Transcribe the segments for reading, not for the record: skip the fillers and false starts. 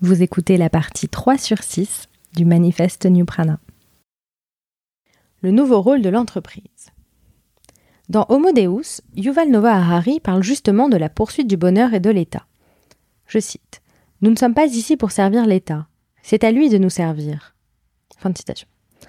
Vous écoutez la partie 3 sur 6 du manifeste New Prana. Le nouveau rôle de l'entreprise. Dans Homo Deus, Yuval Noah Harari parle justement de la poursuite du bonheur et de l'État. Je cite « Nous ne sommes pas ici pour servir l'État. C'est à lui de nous servir. » Fin de citation.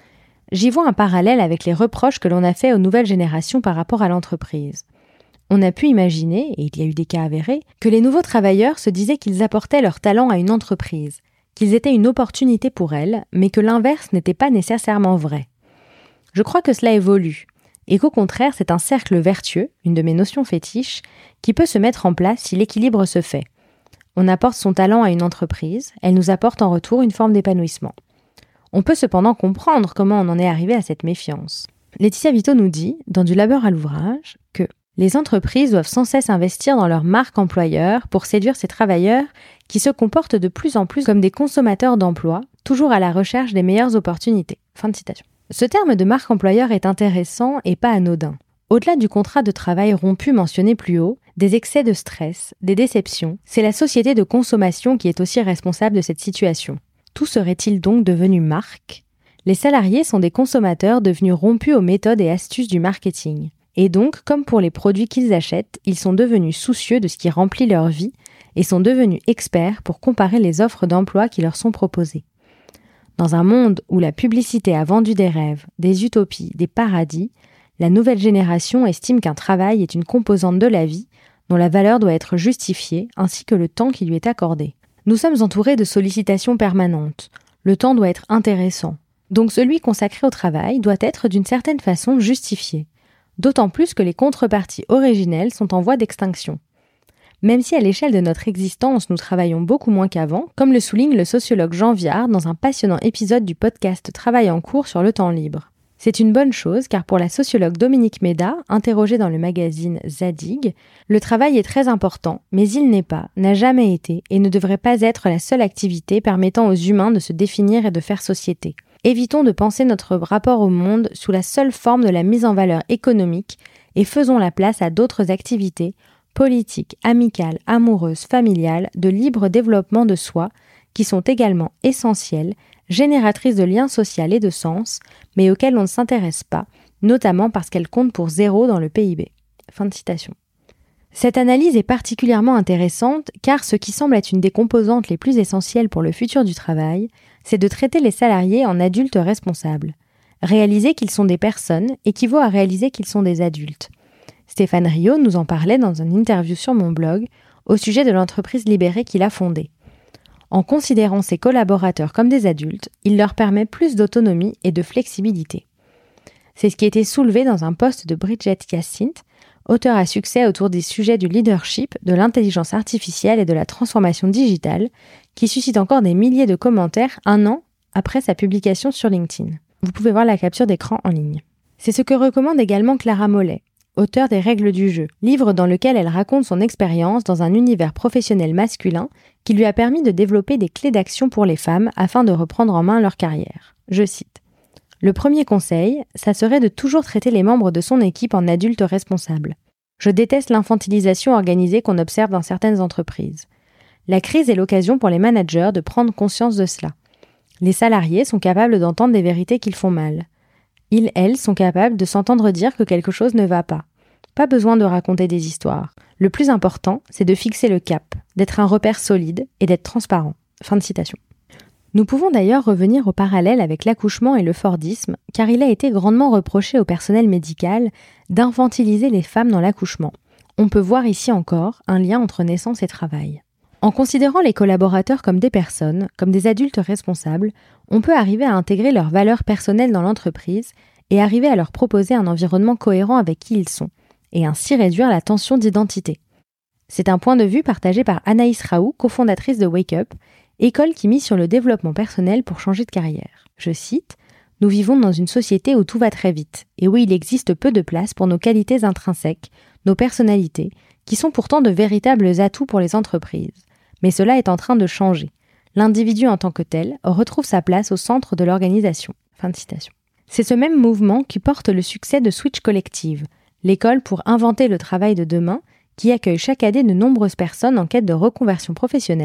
J'y vois un parallèle avec les reproches que l'on a faits aux nouvelles générations par rapport à l'entreprise. On a pu imaginer, et il y a eu des cas avérés, que les nouveaux travailleurs se disaient qu'ils apportaient leur talent à une entreprise, qu'ils étaient une opportunité pour elle, mais que l'inverse n'était pas nécessairement vrai. Je crois que cela évolue, et qu'au contraire c'est un cercle vertueux, une de mes notions fétiches, qui peut se mettre en place si l'équilibre se fait. On apporte son talent à une entreprise, elle nous apporte en retour une forme d'épanouissement. On peut cependant comprendre comment on en est arrivé à cette méfiance. Laetitia Vito nous dit, dans Du labeur à l'ouvrage, que les entreprises doivent sans cesse investir dans leur marque employeur pour séduire ces travailleurs qui se comportent de plus en plus comme des consommateurs d'emploi, toujours à la recherche des meilleures opportunités. Fin de citation. Ce terme de marque employeur est intéressant et pas anodin. Au-delà du contrat de travail rompu mentionné plus haut, des excès de stress, des déceptions, c'est la société de consommation qui est aussi responsable de cette situation. Tout serait-il donc devenu marque ? Les salariés sont des consommateurs devenus rompus aux méthodes et astuces du marketing. Et donc, comme pour les produits qu'ils achètent, ils sont devenus soucieux de ce qui remplit leur vie et sont devenus experts pour comparer les offres d'emploi qui leur sont proposées. Dans un monde où la publicité a vendu des rêves, des utopies, des paradis, la nouvelle génération estime qu'un travail est une composante de la vie dont la valeur doit être justifiée ainsi que le temps qui lui est accordé. Nous sommes entourés de sollicitations permanentes. Le temps doit être intéressant. Donc celui consacré au travail doit être d'une certaine façon justifié. D'autant plus que les contreparties originelles sont en voie d'extinction. Même si à l'échelle de notre existence nous travaillons beaucoup moins qu'avant, comme le souligne le sociologue Jean Viard dans un passionnant épisode du podcast Travail en cours sur le temps libre. C'est une bonne chose car pour la sociologue Dominique Méda, interrogée dans le magazine Zadig, le travail est très important, mais il n'est pas, n'a jamais été et ne devrait pas être la seule activité permettant aux humains de se définir et de faire société. Évitons de penser notre rapport au monde sous la seule forme de la mise en valeur économique et faisons la place à d'autres activités, politiques, amicales, amoureuses, familiales, de libre développement de soi, qui sont également essentielles, génératrices de liens sociaux et de sens, mais auxquelles on ne s'intéresse pas, notamment parce qu'elles comptent pour 0 dans le PIB. Fin de citation. Cette analyse est particulièrement intéressante car ce qui semble être une des composantes les plus essentielles pour le futur du travail, c'est de traiter les salariés en adultes responsables. Réaliser qu'ils sont des personnes équivaut à réaliser qu'ils sont des adultes. Stéphane Rio nous en parlait dans une interview sur mon blog au sujet de l'entreprise libérée qu'il a fondée. En considérant ses collaborateurs comme des adultes, il leur permet plus d'autonomie et de flexibilité. C'est ce qui était soulevé dans un post de Bridget Jacinthe, auteur à succès autour des sujets du leadership, de l'intelligence artificielle et de la transformation digitale, qui suscite encore des milliers de commentaires 1 an après sa publication sur LinkedIn. Vous pouvez voir la capture d'écran en ligne. C'est ce que recommande également Clara Mollet, auteure des Règles du jeu, livre dans lequel elle raconte son expérience dans un univers professionnel masculin qui lui a permis de développer des clés d'action pour les femmes afin de reprendre en main leur carrière. Je cite. Le premier conseil, ça serait de toujours traiter les membres de son équipe en adultes responsables. Je déteste l'infantilisation organisée qu'on observe dans certaines entreprises. La crise est l'occasion pour les managers de prendre conscience de cela. Les salariés sont capables d'entendre des vérités qu'ils font mal. Ils, elles, sont capables de s'entendre dire que quelque chose ne va pas. Pas besoin de raconter des histoires. Le plus important, c'est de fixer le cap, d'être un repère solide et d'être transparent. Fin de citation. Nous pouvons d'ailleurs revenir au parallèle avec l'accouchement et le Fordisme, car il a été grandement reproché au personnel médical d'infantiliser les femmes dans l'accouchement. On peut voir ici encore un lien entre naissance et travail. En considérant les collaborateurs comme des personnes, comme des adultes responsables, on peut arriver à intégrer leurs valeurs personnelles dans l'entreprise et arriver à leur proposer un environnement cohérent avec qui ils sont, et ainsi réduire la tension d'identité. C'est un point de vue partagé par Anaïs Raoult, cofondatrice de Wake Up, école qui mise sur le développement personnel pour changer de carrière. Je cite « Nous vivons dans une société où tout va très vite et où il existe peu de place pour nos qualités intrinsèques, nos personnalités, qui sont pourtant de véritables atouts pour les entreprises. Mais cela est en train de changer. L'individu en tant que tel retrouve sa place au centre de l'organisation. » Fin de citation. C'est ce même mouvement qui porte le succès de Switch Collective, l'école pour inventer le travail de demain, qui accueille chaque année de nombreuses personnes en quête de reconversion professionnelle,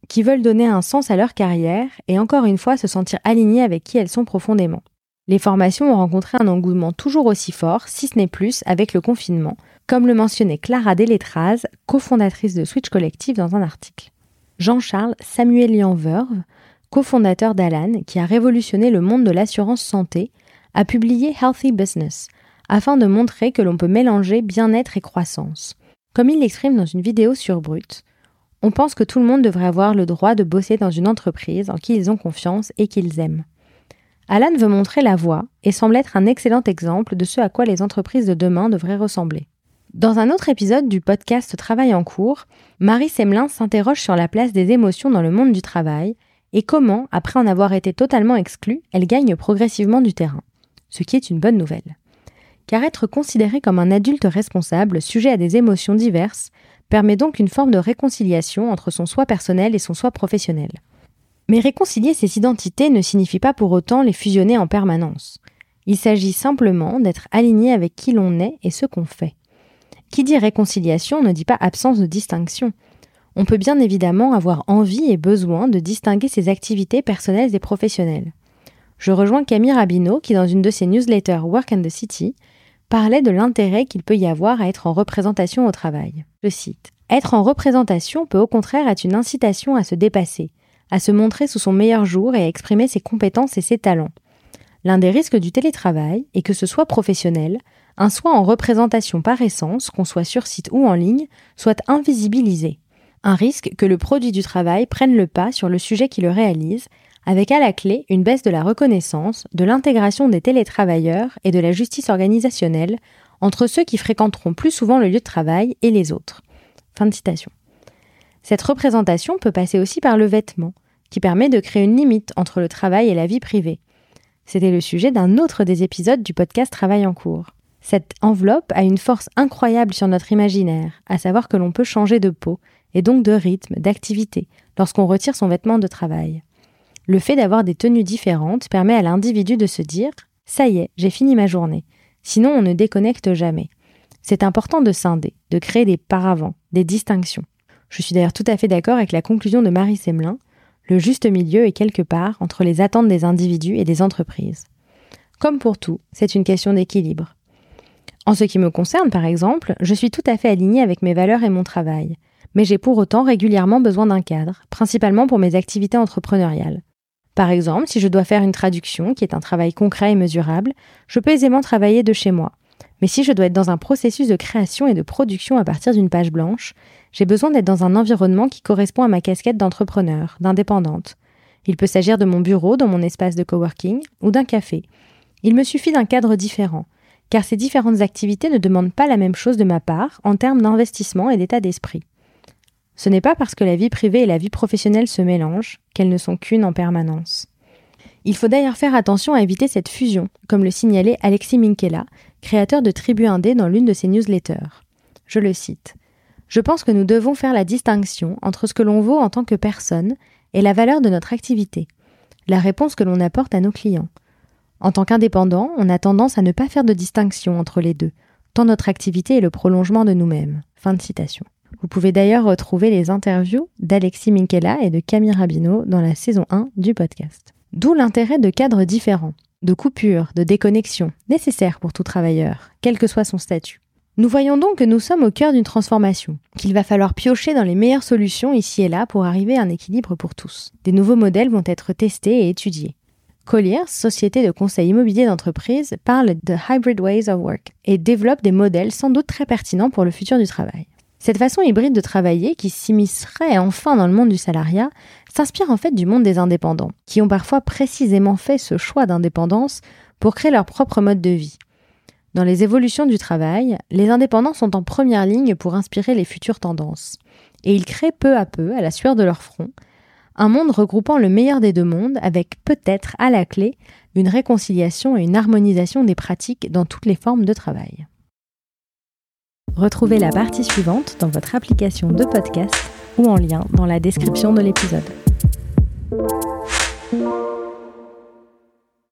qui veulent donner un sens à leur carrière et encore une fois se sentir alignées avec qui elles sont profondément. Les formations ont rencontré un engouement toujours aussi fort, si ce n'est plus, avec le confinement, comme le mentionnait Clara Deletraz, cofondatrice de Switch Collective dans un article. Jean-Charles Samuelian-Verve, cofondateur d'Alan, qui a révolutionné le monde de l'assurance santé, a publié Healthy Business, afin de montrer que l'on peut mélanger bien-être et croissance. Comme il l'exprime dans une vidéo sur Brut, on pense que tout le monde devrait avoir le droit de bosser dans une entreprise en qui ils ont confiance et qu'ils aiment. Alan veut montrer la voie et semble être un excellent exemple de ce à quoi les entreprises de demain devraient ressembler. Dans un autre épisode du podcast Travail en cours, Marie Semelin s'interroge sur la place des émotions dans le monde du travail et comment, après en avoir été totalement exclue, elle gagne progressivement du terrain. Ce qui est une bonne nouvelle. Car être considéré comme un adulte responsable, sujet à des émotions diverses, permet donc une forme de réconciliation entre son soi personnel et son soi professionnel. Mais réconcilier ces identités ne signifie pas pour autant les fusionner en permanence. Il s'agit simplement d'être aligné avec qui l'on est et ce qu'on fait. Qui dit réconciliation ne dit pas absence de distinction. On peut bien évidemment avoir envie et besoin de distinguer ses activités personnelles et professionnelles. Je rejoins Camille Rabineau qui, dans une de ses newsletters Work and the City, parlait de l'intérêt qu'il peut y avoir à être en représentation au travail. Je cite : « Être en représentation peut au contraire être une incitation à se dépasser, à se montrer sous son meilleur jour et à exprimer ses compétences et ses talents. L'un des risques du télétravail est que ce soit professionnel, un soi en représentation par essence, qu'on soit sur site ou en ligne, soit invisibilisé. Un risque que le produit du travail prenne le pas sur le sujet qui le réalise, avec à la clé une baisse de la reconnaissance, de l'intégration des télétravailleurs et de la justice organisationnelle entre ceux qui fréquenteront plus souvent le lieu de travail et les autres. » Fin de citation. Cette représentation peut passer aussi par le vêtement, qui permet de créer une limite entre le travail et la vie privée. C'était le sujet d'un autre des épisodes du podcast Travail en cours. Cette enveloppe a une force incroyable sur notre imaginaire, à savoir que l'on peut changer de peau, et donc de rythme, d'activité, lorsqu'on retire son vêtement de travail. Le fait d'avoir des tenues différentes permet à l'individu de se dire « ça y est, j'ai fini ma journée ». Sinon, on ne déconnecte jamais. C'est important de scinder, de créer des paravents, des distinctions. Je suis d'ailleurs tout à fait d'accord avec la conclusion de Marie Semelin, le juste milieu est quelque part entre les attentes des individus et des entreprises. Comme pour tout, c'est une question d'équilibre. En ce qui me concerne, par exemple, je suis tout à fait alignée avec mes valeurs et mon travail, mais j'ai pour autant régulièrement besoin d'un cadre, principalement pour mes activités entrepreneuriales. Par exemple, si je dois faire une traduction, qui est un travail concret et mesurable, je peux aisément travailler de chez moi. Mais si je dois être dans un processus de création et de production à partir d'une page blanche, j'ai besoin d'être dans un environnement qui correspond à ma casquette d'entrepreneur, d'indépendante. Il peut s'agir de mon bureau, dans mon espace de coworking, ou d'un café. Il me suffit d'un cadre différent, car ces différentes activités ne demandent pas la même chose de ma part en termes d'investissement et d'état d'esprit. Ce n'est pas parce que la vie privée et la vie professionnelle se mélangent qu'elles ne sont qu'une en permanence. Il faut d'ailleurs faire attention à éviter cette fusion, comme le signalait Alexis Minchella, créateur de Tribu Indé dans l'une de ses newsletters. Je le cite. « Je pense que nous devons faire la distinction entre ce que l'on vaut en tant que personne et la valeur de notre activité, la réponse que l'on apporte à nos clients. En tant qu'indépendant, on a tendance à ne pas faire de distinction entre les deux, tant notre activité est le prolongement de nous-mêmes. » Fin de citation. Vous pouvez d'ailleurs retrouver les interviews d'Alexis Minchella et de Camille Rabineau dans la saison 1 du podcast. D'où l'intérêt de cadres différents, de coupures, de déconnexions, nécessaires pour tout travailleur, quel que soit son statut. Nous voyons donc que nous sommes au cœur d'une transformation, qu'il va falloir piocher dans les meilleures solutions ici et là pour arriver à un équilibre pour tous. Des nouveaux modèles vont être testés et étudiés. Colliers, société de conseil immobilier d'entreprise, parle de Hybrid Ways of Work et développe des modèles sans doute très pertinents pour le futur du travail. Cette façon hybride de travailler, qui s'immiscerait enfin dans le monde du salariat, s'inspire en fait du monde des indépendants, qui ont parfois précisément fait ce choix d'indépendance pour créer leur propre mode de vie. Dans les évolutions du travail, les indépendants sont en première ligne pour inspirer les futures tendances. Et ils créent peu à peu, à la sueur de leur front, un monde regroupant le meilleur des deux mondes avec peut-être à la clé une réconciliation et une harmonisation des pratiques dans toutes les formes de travail. Retrouvez la partie suivante dans votre application de podcast ou en lien dans la description de l'épisode.